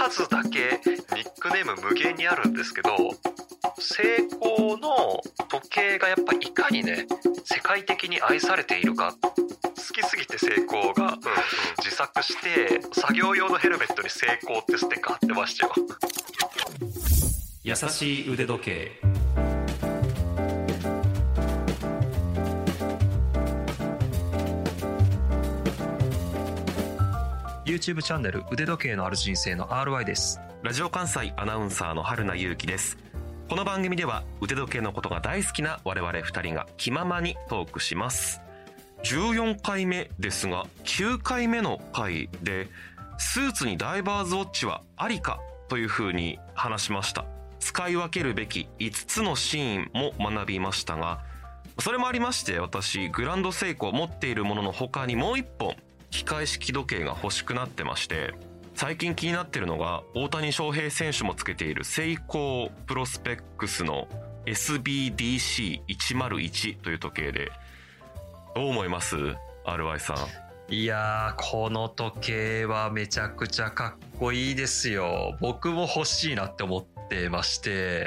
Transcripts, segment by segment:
数だけニックネーム無限にあるんですけど、セイコーの時計がやっぱいかにね世界的に愛されているか、好きすぎてセイコーが自作して作業用のヘルメットにセイコーってステッカー貼ってましたよ。 優しい腕時計。 YouTube チャンネル腕時計のある人生の RY です。 ラジオ関西アナウンサーの春名優紀です。この番組では腕時計のことが大好きな我々2人が気ままにトークします。14回目ですが、9回目の回でスーツにダイバーズウォッチはありかというふうに話しました。使い分けるべき5つのシーンも学びましたが、それもありまして、私グランドセイコーを持っているものの他にもう1本機械式時計が欲しくなってまして、最近気になってるのが大谷翔平選手もつけているセイコープロスペックスの SBDC101 という時計で、どう思います RY さん。 いやー、この時計はめちゃくちゃかっこいいですよ。僕も欲しいなって思ってまして、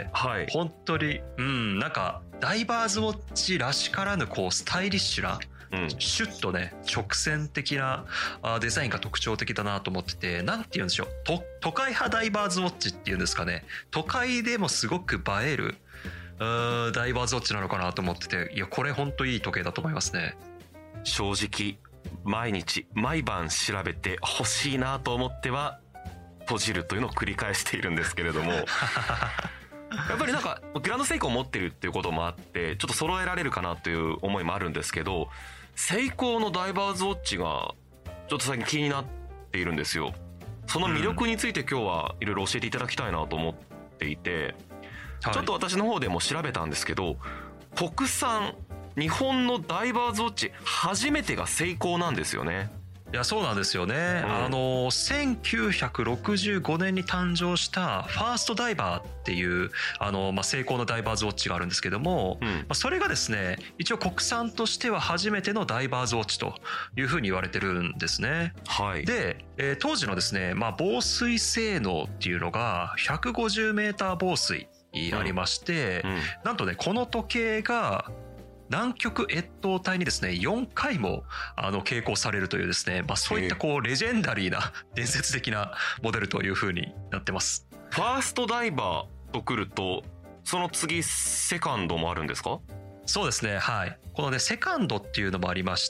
はい、 本当になんかダイバーズウォッチらしからぬこうスタイリッシュな、シュッとね直線的なデザインが特徴的だなと思ってて、なんて言うんでしょう、都会派ダイバーズウォッチっていうんですかね。都会でもすごく映えるダイバーズウォッチなのかなと思ってて、いやこれ本当いい時計だと思いますね。 正直毎日毎晩調べて欲しいなと思っては閉じるというのを繰り返しているんですけれどもやっぱりなんかグランドセイコーを持ってるっていうこともあって、ちょっと揃えられるかなという思いもあるんですけど、セイコーのダイバーズウォッチがちょっと最近気になっているんですよ。その魅力について今日はいろいろ教えていただきたいなと思っていて、ちょっと私の方でも調べたんですけど、国産日本のダイバーズウォッチ初めてがセイコーなんですよね。 いやそうなんですよね、1965年に誕生したファーストダイバーっていうセイコーのダイバーズウォッチがあるんですけども、それがですね一応国産としては初めてのダイバーズウォッチというふうに言われてるんですね。 はい、 で、当時のですね、防水性能っていうのが 150m 防水ありまして、なんとねこの時計が南極越冬隊にですね4回も携行されるというですね、そういったこうレジェンダリーな伝説的なモデルという風になってます。 ファーストダイバーとくると、その次セカンドもあるんですか？ そうですね、はい。このねセカンドっていうのもありまして、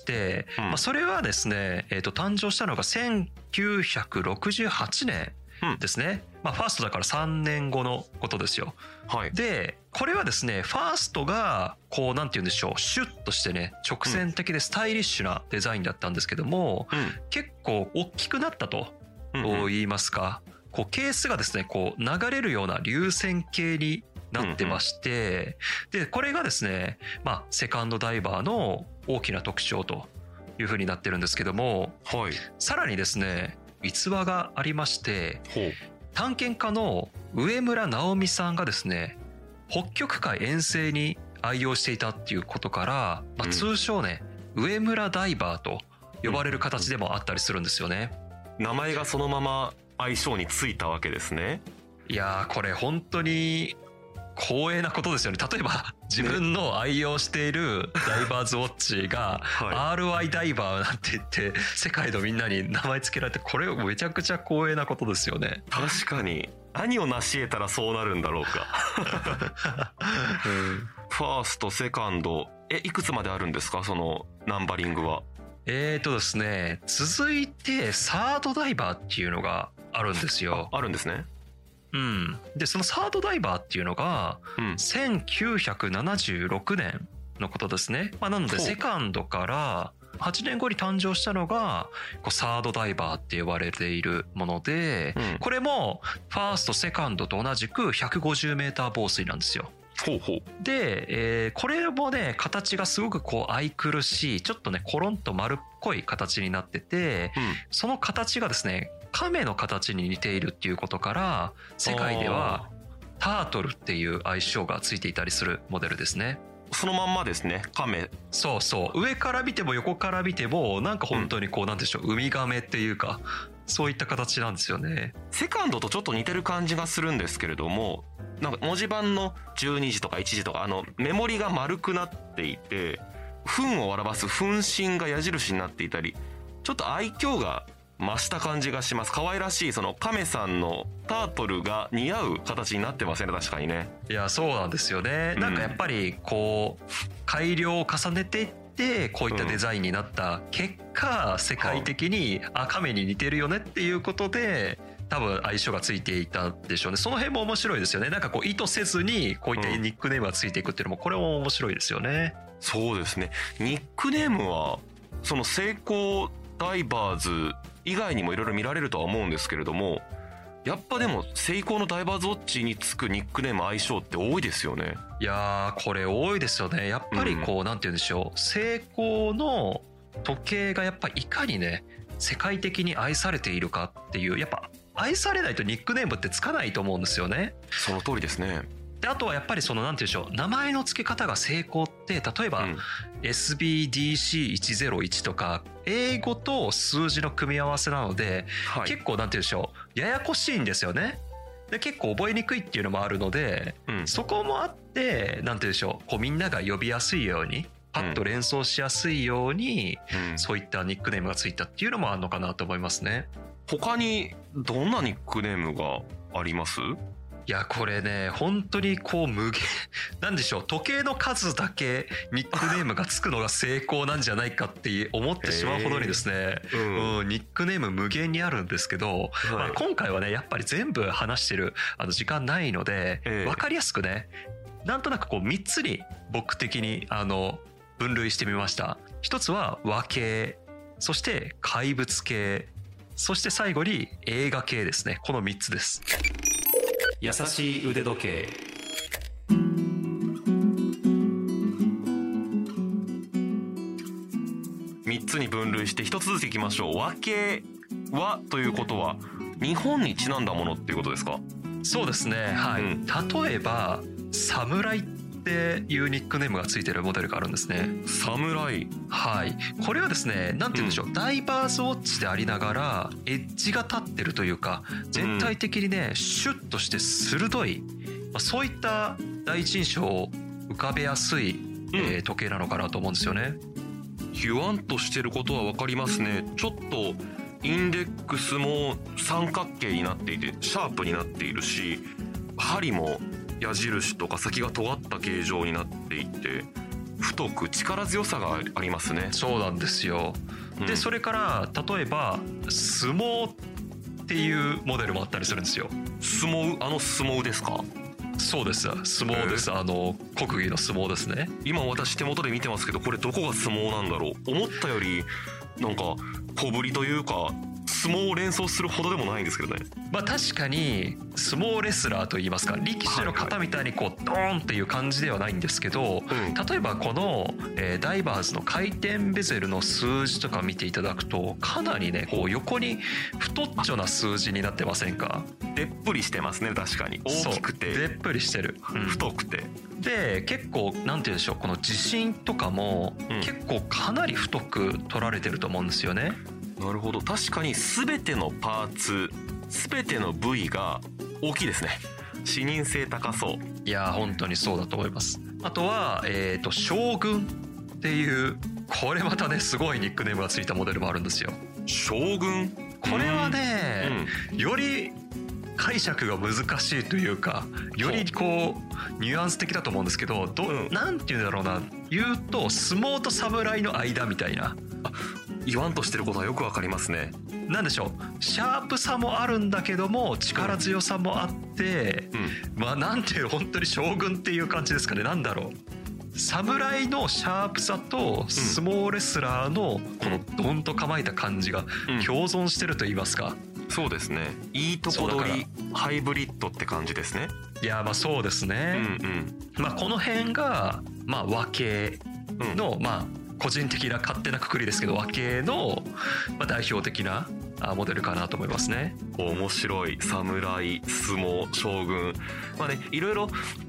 それはですね、誕生したのが1968年ですね。ファーストだから3年後のことですよ。 はい、 でこれはですねファーストがこうなんて言うんでしょう、シュッとしてね直線的でスタイリッシュなデザインだったんですけども、結構大きくなったと言いますか、こうケースがですねこう流れるような流線形になってまして、でこれがですねセカンドダイバーの大きな特徴というふうになってるんですけども、さらにですね逸話がありまして、探検家の上村直美さんがですね北極海遠征に愛用していたっていうことから、通称ね上村ダイバーと呼ばれる形でもあったりするんですよね。 名前がそのまま愛称についたわけですね。 いやーこれ本当に光栄なことですよね。例えば自分の愛用しているダイバーズウォッチが RY ダイバーなんて言って世界のみんなに名前つけられて、これめちゃくちゃ光栄なことですよね。 確かに何を成し得たらそうなるんだろうかファーストセカンドいくつまであるんですか、そのナンバリングは。 ですね、続いてサードダイバーっていうのがあるんですよ。 あるんですね。 でそのサードダイバーっていうのが1976年のことですね。なのでセカンドから8年後に誕生したのがサードダイバーって呼ばれているもので、これもファーストセカンドと同じく 150m 防水なんですよ。で、これもね形がすごくこう愛くるしい、ちょっとねコロンと丸っこい形になってて、その形がですね亀の形に似ているっていうことから世界ではタートルっていう愛称がついていたりするモデルですね。 そのまんまですね、亀。 そうそう、上から見ても横から見てもなんか本当にこうなんでしょう、ウミガメっていうかそういった形なんですよね。 セカンドとちょっと似てる感じがするんですけれども、なんか文字盤の12時とか1時とかメモリが丸くなっていて、分を表す分針が矢印になっていたり、ちょっと愛嬌が増した感じがします。可愛らしいその亀さんのタートルが似合う形になってますね。確かにね。 いやそうなんですよね、なんかやっぱりこう改良を重ねていってこういったデザインになった結果、世界的に亀に似てるよねっていうことで多分相性がついていたでしょうね。その辺も面白いですよね。なんかこう意図せずにこういったニックネームがついていくっていうのもこれも面白いですよね。 そうですね。ニックネームはそのセイコーダイバーズ以外にもいろいろ見られるとは思うんですけれども、やっぱでもセイコーのダイバーズウォッチにつくニックネーム相性って多いですよね。 いやーこれ多いですよね。やっぱりこう、なんて言うんでしょう、セイコーの時計がやっぱいかにね世界的に愛されているかっていう、やっぱ愛されないとニックネームってつかないと思うんですよね。 その通りですね。 であとはやっぱりそのなんて言うんでしょう、名前の付け方が成功って例えば、SBDC101 とか英語と数字の組み合わせなので、結構なんて言うんでしょう、ややこしいんですよね。で結構覚えにくいっていうのもあるので、そこもあってなんて言うんでしょう、こうみんなが呼びやすいようにパッと連想しやすいように、そういったニックネームがついたっていうのもあるのかなと思いますね。 他にどんなニックネームがあります？ いやこれね本当にこう無限なんでしょう、時計の数だけニックネームがつくのが成功なんじゃないかって思ってしまうほどにですね、ニックネーム無限にあるんですけど、今回はねやっぱり全部話してる時間ないので、分かりやすくねなんとなくこう3つに僕的に分類してみました。一つは和系、そして怪物系、そして最後に映画系ですね。この3つです。優しい腕時計。 3つに分類して1つずついきましょう。和系和ということは日本にちなんだものっていうことですか？ そうですね、はい、例えば侍っていうニックネームがついてるモデルがあるんですね。 侍、はい、 これはですねなんて言うんでしょう、ダイバーズウォッチでありながらエッジが立ってるというか全体的にねシュッとして鋭い、そういった第一印象を浮かべやすい、時計なのかなと思うんですよね。 ヒュワンとしてることは分かりますね。ちょっとインデックスも三角形になっていてシャープになっているし、針も矢印とか先が尖った形状になっていて太く力強さがありますね。 そうなんですよ。でそれから例えば相撲っていうモデルもあったりするんですよ。 相撲、相撲ですか？ そうです、相撲です。国技の相撲ですね。 今私手元で見てますけど、これどこが相撲なんだろう。思ったよりなんか小ぶりというか相撲を連想するほどでもないんですけどね。 確かに相撲レスラーといいますか力士の方みたいにこうドーンっていう感じではないんですけど、例えばこのダイバーズの回転ベゼルの数字とか見ていただくとかなりねこう横に太っちょな数字になってませんか？ でっぷりしてますね。確かに大きくてでっぷりしてる、 太くて、 で結構なんて言うんでしょう、この地震とかも結構かなり太く取られてると思うんですよね。 なるほど。確かに全てのパーツ全ての部位が大きいですね。視認性高そう。 いや本当にそうだと思います。あとは将軍っていうこれまたねすごいニックネームがついたモデルもあるんですよ。 将軍、 これはね、より解釈が難しいというかよりこうニュアンス的だと思うんですけど、なんていうんだろうな、言うと相撲と侍の間みたいな。 言わんとしてることはよくわかりますね。 なんでしょう、シャープさもあるんだけども力強さもあって、なんていう本当に将軍っていう感じですかね。なんだろう、侍のシャープさと相撲レスラーのこのドンと構えた感じが共存してると言いますか、 そうですね。いいとこ取りハイブリッドって感じですね。 いやそうですね、この辺が和系の個人的な勝手なくくりですけど和系の代表的なモデルかなと思いますね。 面白い。侍、相撲、将軍、いろいろ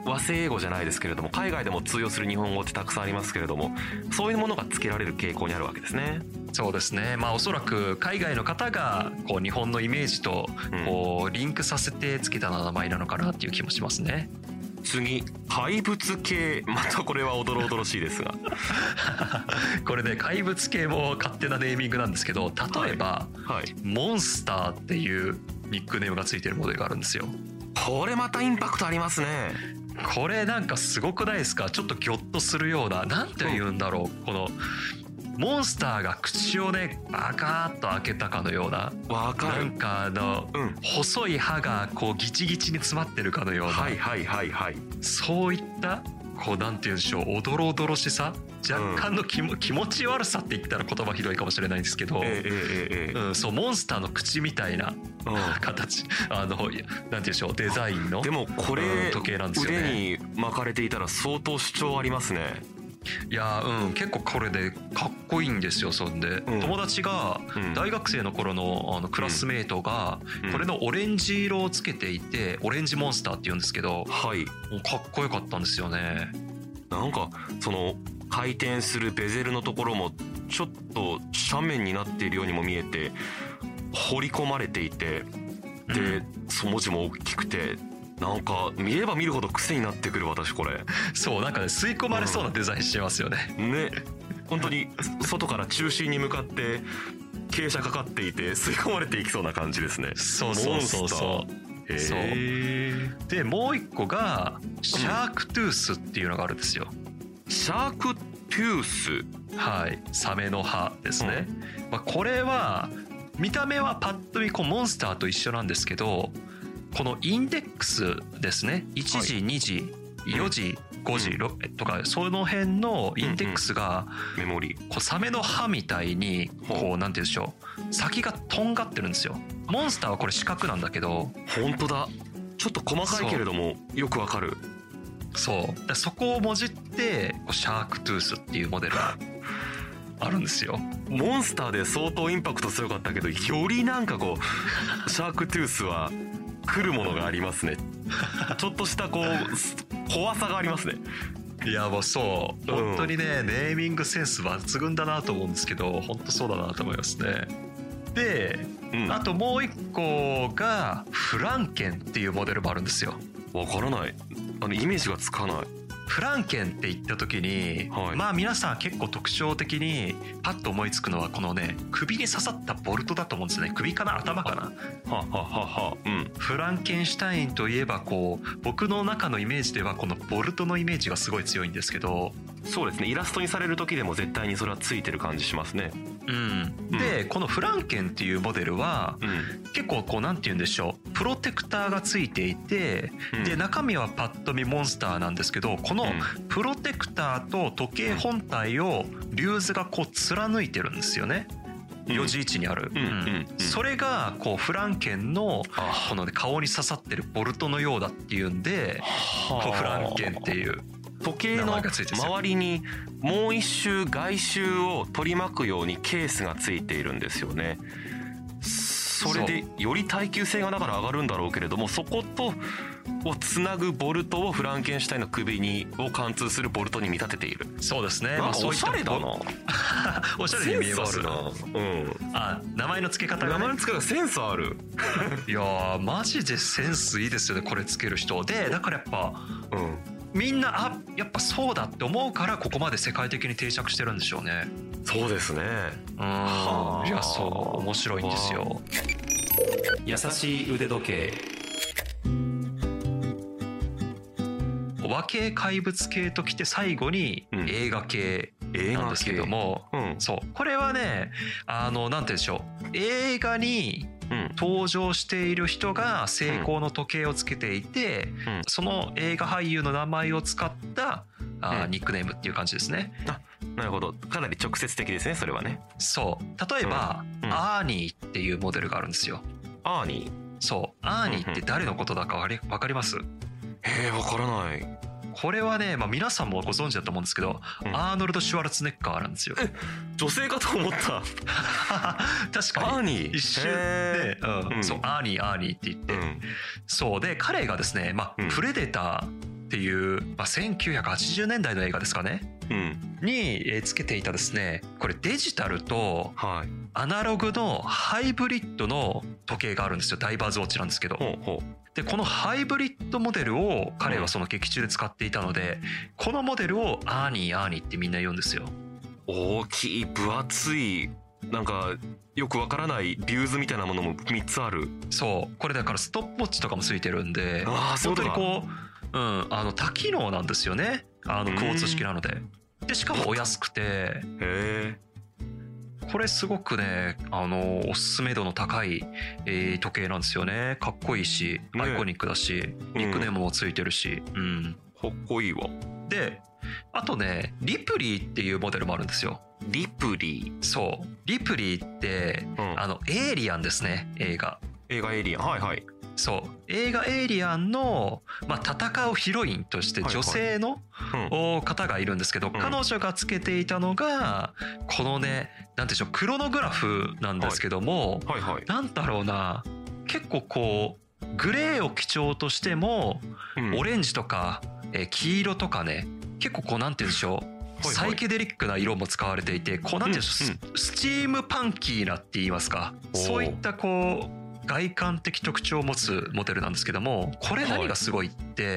和製英語じゃないですけれども、海外でも通用する日本語ってたくさんありますけれども、そういうものがつけられる傾向にあるわけですね。 そうですね。おそらく海外の方がこう日本のイメージとこうリンクさせてつけた名前なのかなっていう気もしますね。 次、怪物系。またこれはおどろおどろしいですがこれね、怪物系も勝手なネーミングなんですけど、例えば、モンスターっていうニックネームがついてるモデルがあるんですよ。 これまたインパクトありますね。 これなんかすごくないですか？ちょっとギョッとするような、なんて言うんだろう、このモンスターが口をねバカーッと開けたかのような、 わかる。 なんか細い歯がこうギチギチに詰まってるかのような、そういったこうなんて言うんでしょう、おどろおどろしさ、若干の気持ち悪さって言ったら言葉ひどいかもしれないんですけど、そうモンスターの口みたいな形、なんて言うんでしょう、デザインのでもこれ、 時計なんですよね。 腕に巻かれていたら相当主張ありますね。 いや結構これでかっこいいんですよ。そんで、友達が大学生の頃のクラスメートがこれのオレンジ色をつけていて、オレンジモンスターって言うんですけど、もうかっこよかったんですよね。 なんかその回転するベゼルのところもちょっと斜面になっているようにも見えて、彫り込まれていて、で文字も大きくて、なんか見れば見るほど癖になってくる。私これそう、なんかね、吸い込まれそうなデザインしてますよね。 ね、本当に外から中心に向かって傾斜かかっていて吸い込まれていきそうな感じですね。 そうそうそうそう。そうで、もう一個がシャークトゥースっていうのがあるんですよ。 シャークトゥース、 はい、サメの歯ですね。これは見た目はパッと見こうモンスターと一緒なんですけど、このインデックスですね、1時、2時、4時、5時とか、その辺のインデックスがメモリこうサメの歯みたいにこうなんて言うんでしょう、先がとんがってるんですよ。モンスターはこれ四角なんだけど、 本当だ、ちょっと細かいけれどもよくわかる。 そうそこをもじってシャークトゥースっていうモデルがあるんですよ。 モンスターで相当インパクト強かったけど、よりなんかこうシャークトゥースは来るものがありますね。ちょっとしたこう怖さがありますね。 いやもうそう、本当にね、ネーミングセンス抜群だなと思うんですけど、本当そうだなと思いますね。で、あともう一個がフランケンっていうモデルもあるんですよ。 わからない、イメージがつかない。 フランケンって言った時に、皆さん結構特徴的にパッと思いつくのはこのね、首に刺さったボルトだと思うんですね。首かな、頭かな。フランケンシュタインといえばこう僕の中のイメージではこのボルトのイメージがすごい強いんですけど、 そうですね、イラストにされる時でも絶対にそれはついてる感じしますね。 でこのフランケンっていうモデルは、結構こうなんて言うんでしょう、プロテクターがついていて、で中身はパッと見モンスターなんですけど、このプロテクターと時計本体をリューズがこう貫いてるんですよね。4時位置にある。それがこうフランケンのこの顔に刺さってるボルトのようだっていうんで、フランケンっていう時計の周りにもう一周外周を取り巻くようにケースがついているんですよね。それでより耐久性がだから上がるんだろうけれども、そことをつなぐボルトをフランケンシュタインの首を貫通するボルトに見立てている。 そうですね。 おしゃれだな。 おしゃれに見えますな。名前の付け方が、 名前の付け方センスある。 いやーマジでセンスいいですよね、これつける人で。だからやっぱ、みんなやっぱそうだって思うからここまで世界的に定着してるんでしょうね。 そうですね。 いやそう面白いんですよ。優しい腕時計。お化け怪物系ときて最後に映画系なんですけども、そうこれはね、なんて言うんでしょう、映画に登場している人が成功の時計をつけていて、その映画俳優の名前を使ったニックネームっていう感じですね。 なるほど、かなり直接的ですね、それはね。 そう例えば、アーニーっていうモデルがあるんですよ。 アーニー。 そうアーニーって誰のことだか分かります？ わからない。 これはね、皆さんもご存知だと思うんですけど、アーノルド・シュワルツェネッガーなんですよ。 女性かと思った。 確かに。 アーニー。 一瞬で、そうアーニーって言って、そうで彼がですね、プレデターっっていう、1980年代の映画ですかね、につけていたですね、これデジタルとアナログのハイブリッドの時計があるんですよ。ダイバーズウォッチなんですけど、でこのハイブリッドモデルを彼はその劇中で使っていたので、このモデルをアーニーってみんな言うんですよ。 大きい分厚い、なんかよくわからないリューズみたいなものも3つある。 そうこれだからストップウォッチとかもついてるんで、本当にこう、多機能なんですよね。クォーツ式なので、でしかもお安くて、これすごくねおすすめ度の高い、時計なんですよね。かっこいいしアイコニックだし、ニックネームもついてるし、 かっこいいわ。 であとねリプリーっていうモデルもあるんですよ。 リプリー。 そうリプリーって、エイリアンですね。映画エイリアン、はいはい。 そう映画エイリアンの、戦うヒロインとして女性の方がいるんですけど、彼女がつけていたのがこのね、なんていうんでしょう、クロノグラフなんですけども、なんだろうな、結構こうグレーを基調としても、オレンジとか、黄色とかね、結構こうなんていうんでしょう、サイケデリックな色も使われていて、こうなんていうんでしょう、スチームパンキーなって言いますか、そういったこう外観的特徴を持つモデルなんですけども、これ何がすごいって、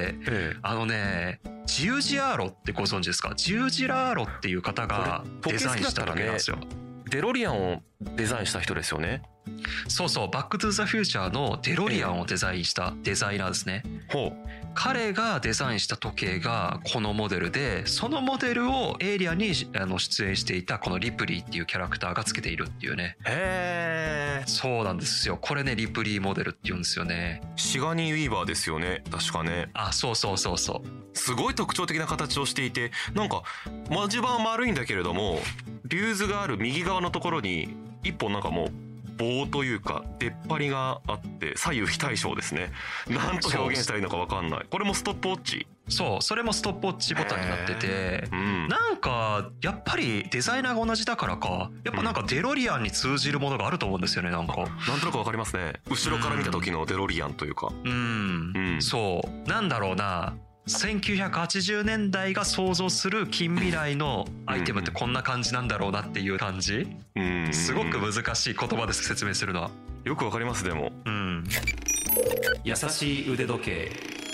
ジウジアーロってご存知ですか？ジウジラーロっていう方がデザインした時計なんですよ。 デロリアンをデザインした人ですよね。 そうそう、バックトゥザフューチャーのデロリアンをデザインしたデザイナーですね。彼がデザインした時計がこのモデルで、そのモデルをエイリアンに出演していたこのリプリーっていうキャラクターがつけているっていうね。そうなんですよ。これねリプリーモデルって言うんですよね。 シガニー・ウィーバーですよね、確かね。 そうすごい特徴的な形をしていて、なんか文字盤は丸いんだけれども、リューズがある右側のところに一本なんかもう棒というか出っ張りがあって、左右非対称ですね。なんと表現したらいいのか分かんない。これもストップウォッチ。 そう、それもストップウォッチボタンになってて、なんかやっぱりデザイナーが同じだからか、やっぱなんかデロリアンに通じるものがあると思うんですよね。なんとなく分かりますね。後ろから見た時のデロリアンというか、 そうなんだろうな、1980年代が想像する近未来のアイテムってこんな感じなんだろうなっていう感じ。すごく難しい言葉で説明するのは。 よくわかります。でも、 優しい腕時計。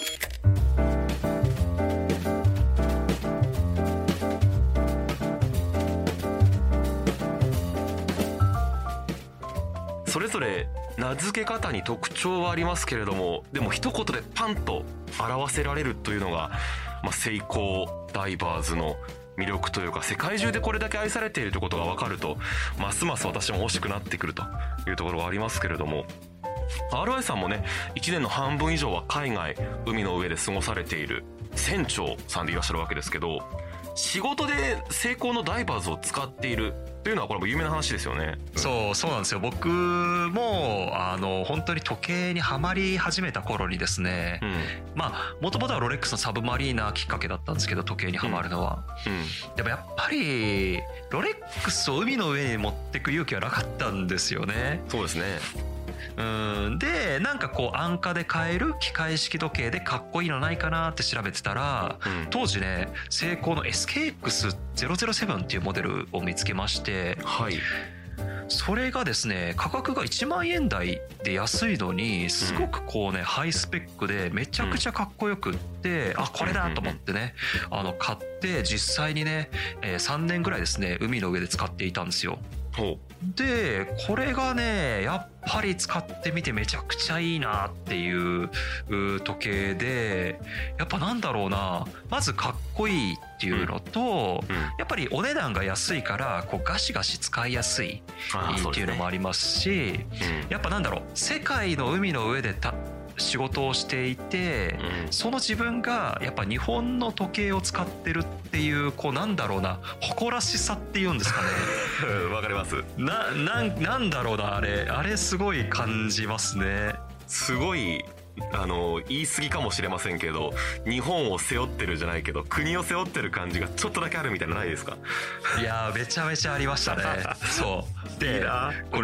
それぞれ名付け方に特徴はありますけれども、でも一言でパンと表せられるというのが、セイコーダイバーズの魅力というか、世界中でこれだけ愛されているということが分かると、ますます私も欲しくなってくるというところがありますけれども、 RI さんもね、1年の半分以上は海外、海の上で過ごされている船長さんでいらっしゃるわけですけど、仕事でセイコーのダイバーズを使っているというのはこれも有名な話ですよね。 そうなんですよ。僕も本当に時計にはまり始めた頃にですね、もともとはロレックスのサブマリーナーきっかけだったんですけど、時計にはまるのは、でもやっぱりロレックスを海の上に持ってく勇気はなかったんですよね。 そうですね。 でなんかこう安価で買える機械式時計でかっこいいのないかなって調べてたら、当時ねセイコーの SKX007 っていうモデルを見つけまして、それがですね価格が1万円台で安いのに、すごくこうねハイスペックでめちゃくちゃかっこよくって、これだと思ってね買って実際にね3年ぐらいですね海の上で使っていたんですよ。でこれがねやっぱり使ってみてめちゃくちゃいいなっていう時計で、やっぱなんだろうな、まずかっこいいっていうのと、やっぱりお値段が安いからこうガシガシ使いやすいっていうのもありますし、やっぱなんだろう、世界の海の上で仕事をしていて、その自分がやっぱ日本の時計を使ってるっていうこうなんだろうな、誇らしさっていうんですかね。 わかります。 なんだろうな、あれすごい感じますね。 すごい言い過ぎかもしれませんけど、日本を背負ってるじゃないけど国を背負ってる感じがちょっとだけあるみたいな、ないですか？ いやめちゃめちゃありましたね。そうでこれ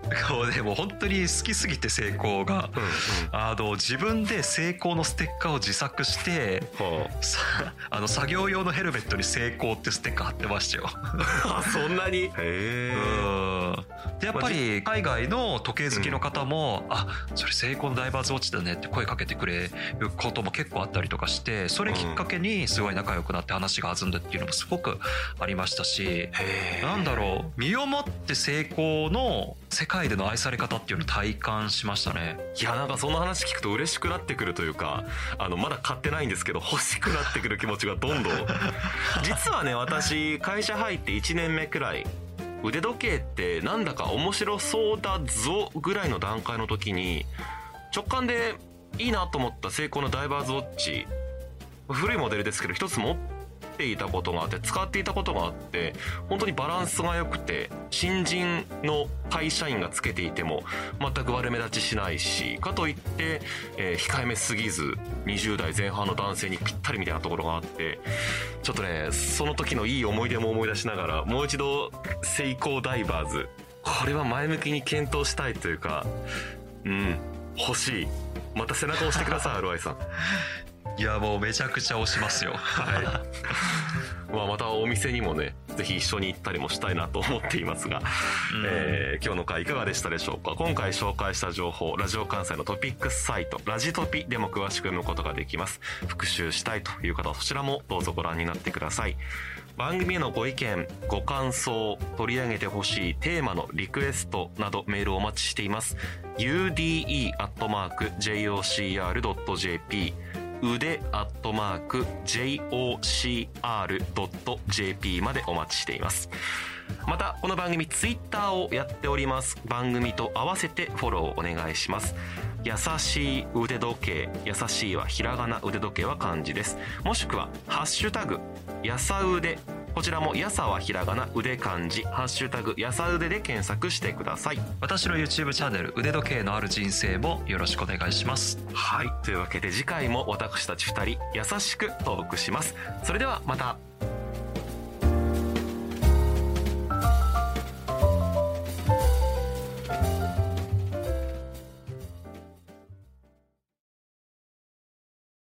こうでも本当に好きすぎてセイコーが、自分でセイコーのステッカーを自作して、作業用のヘルメットにセイコーってステッカー貼ってましたよ。 そんなに？ でやっぱり海外の時計好きの方も、それセイコーのダイバーズウォッチだねって声かけてくれることも結構あったりとかして、それきっかけにすごい仲良くなって話が弾んだっていうのもすごくありましたし、なんだろう、身をもってセイコーの世界での愛され方っていうのを体感しましたね。 いや、なんかその話聞くと嬉しくなってくるというか、まだ買ってないんですけど欲しくなってくる気持ちがどんどん実はね、私会社入って1年目くらい、腕時計ってなんだか面白そうだぞぐらいの段階の時に直感でいいなと思ったセイコーのダイバーズウォッチ、古いモデルですけど一つ持っていたことがあって、使っていたことがあって、本当にバランスが良くて、新人の会社員がつけていても全く悪目立ちしないし、かといって、控えめすぎず20代前半の男性にぴったりみたいなところがあって、ちょっとね、その時のいい思い出も思い出しながら、もう一度セイコーダイバーズ、これは前向きに検討したいというか、欲しい。また背中押してくださいRY さん。 いや、もうめちゃくちゃ押しますよ。 はい。またお店にもね、ぜひ一緒に行ったりもしたいなと思っていますが、今日の回いかがでしたでしょうか。今回紹介した情報、ラジオ関西のトピックスサイトラジトピでも詳しく読むことができます。復習したいという方はそちらもどうぞご覧になってください。番組へのご意見、ご感想、取り上げてほしいテーマのリクエストなどメールをお待ちしています。ude@jocr.jp、腕@jocr.jp までお待ちしています。またこの番組ツイッターをやっております。番組と合わせてフォローお願いします。優しい腕時計、優しいはひらがな、腕時計は漢字です。もしくはハッシュタグやさ腕、こちらもやさはひらがな、腕漢字、ハッシュタグやさ腕で検索してください。 私の YouTube チャンネル腕時計のある人生もよろしくお願いします。 はい、というわけで次回も私たち2人優しくトークします。それではまた。